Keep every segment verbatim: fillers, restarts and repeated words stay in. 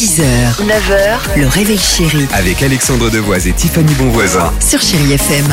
six heures, neuf heures, le réveil chéri Avec Alexandre Devoise et Tiffany Bonvoisin. sur Chéri F M.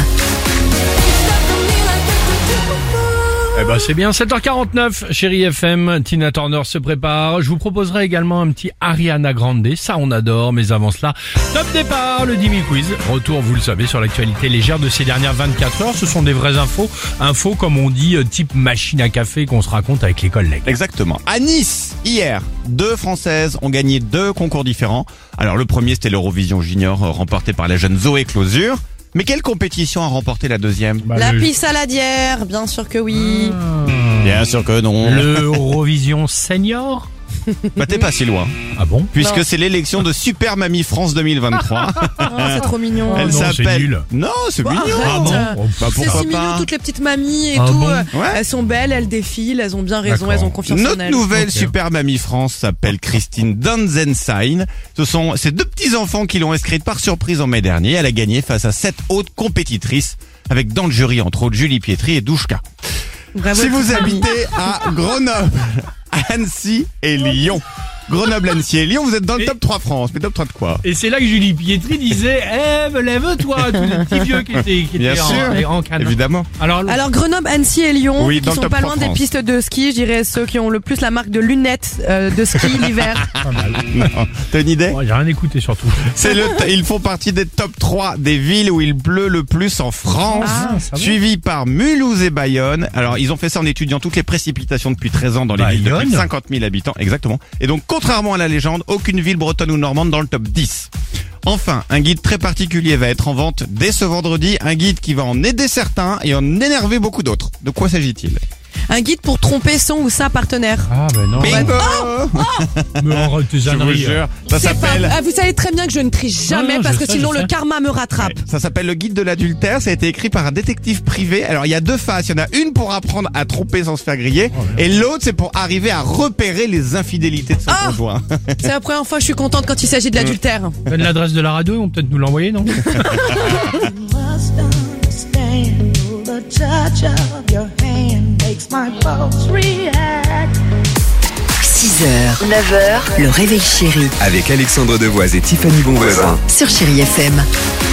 Eh ben c'est bien, sept heures quarante-neuf, Chéri F M, Tina Turner se prépare. Je vous proposerai également un petit Ariana Grande, ça on adore, mais avant cela, top départ, le Dimi Quiz. Retour, vous le savez, sur l'actualité légère de ces dernières vingt-quatre heures. Ce sont des vraies infos, infos comme on dit, type machine à café qu'on se raconte avec les collègues. Exactement. À Nice, hier, deux Françaises ont gagné deux concours différents. Alors le premier, c'était l'Eurovision Junior, euh, remporté par la jeune Zoé Closure. Mais quelle compétition a remporté la deuxième? Bah, La le- pisse saladière, bien sûr que oui. Bien sûr que non. L'Eurovision Senior. Bah t'es pas si loin, Ah bon? puisque Non. c'est l'élection de Super Mamie France deux mille vingt-trois. Oh, c'est trop mignon. Elle non, c'est s'appelle... nul. Non, c'est mignon. arrête. Ah bon? Oh, Bah C'est pourquoi si mignon, pas. toutes les petites mamies et Ah tout. bon euh, Ouais. Elles sont belles, elles défilent, elles ont bien raison, D'accord. elles ont confiance en Notre elles. nouvelle Ok. Super Mamie France s'appelle Christine Danzenstein. Ce sont ces deux petits enfants qui l'ont inscrite par surprise en mai dernier. Elle a gagné face à sept autres compétitrices, avec dans le jury entre autres Julie Pietri et Douchka. Bravo, Si vous petite mamie. habitez à Grenoble, Annecy et Lyon, Grenoble, Annecy et Lyon, vous êtes dans le Et- top trois France. Mais top trois de quoi? Et c'est là que Julie Pietri disait « Eh, lève-toi !» Tous les petits vieux qui étaient, qui Bien étaient sûr, en, en canne. évidemment. Alors, Alors Grenoble, Annecy et Lyon, Oui, qui dans le sont top pas trois loin des France. pistes de ski, je dirais ceux qui ont le plus la marque de lunettes euh, de ski l'hiver. pas mal. Non, t'as une idée? Ouais, j'ai rien écouté surtout. C'est le, t- ils font partie des top trois des villes où il pleut le plus en France, Ah, ça va. suivi par Mulhouse et Bayonne. Alors, ils ont fait ça en étudiant toutes les précipitations depuis treize ans dans les villes de plus de Bayonne cinquante mille habitants. Exactement. Et donc, contrairement à la légende, aucune ville bretonne ou normande dans le top dix. Enfin, un guide très particulier va être en vente dès ce vendredi, un guide qui va en aider certains et en énerver beaucoup d'autres. De quoi s'agit-il? Un guide pour tromper son ou sa partenaire. Ah ben non. Bingo! Mais arrête tes Je vous âneries. jure, ça C'est pas- s'appelle... Ah, vous savez très bien que je ne triche jamais Non, parce je que sais, sinon je le sais. karma me rattrape. Ça s'appelle le guide de l'adultère, ça a été écrit par un détective privé. Alors il y a deux phases, il y en a une pour apprendre à tromper sans se faire griller, et l'autre c'est pour arriver à repérer les infidélités de son Ah conjoint. C'est la première fois que je suis contente quand il s'agit de l'adultère. Donne l'adresse de la radio, ils vont peut-être nous l'envoyer, non? must understand the touch of your hand makes my pulse react. six heures, neuf heures, le réveil chéri Avec Alexandre Devoise et Tiffany Bonvoisin. sur Chéri F M.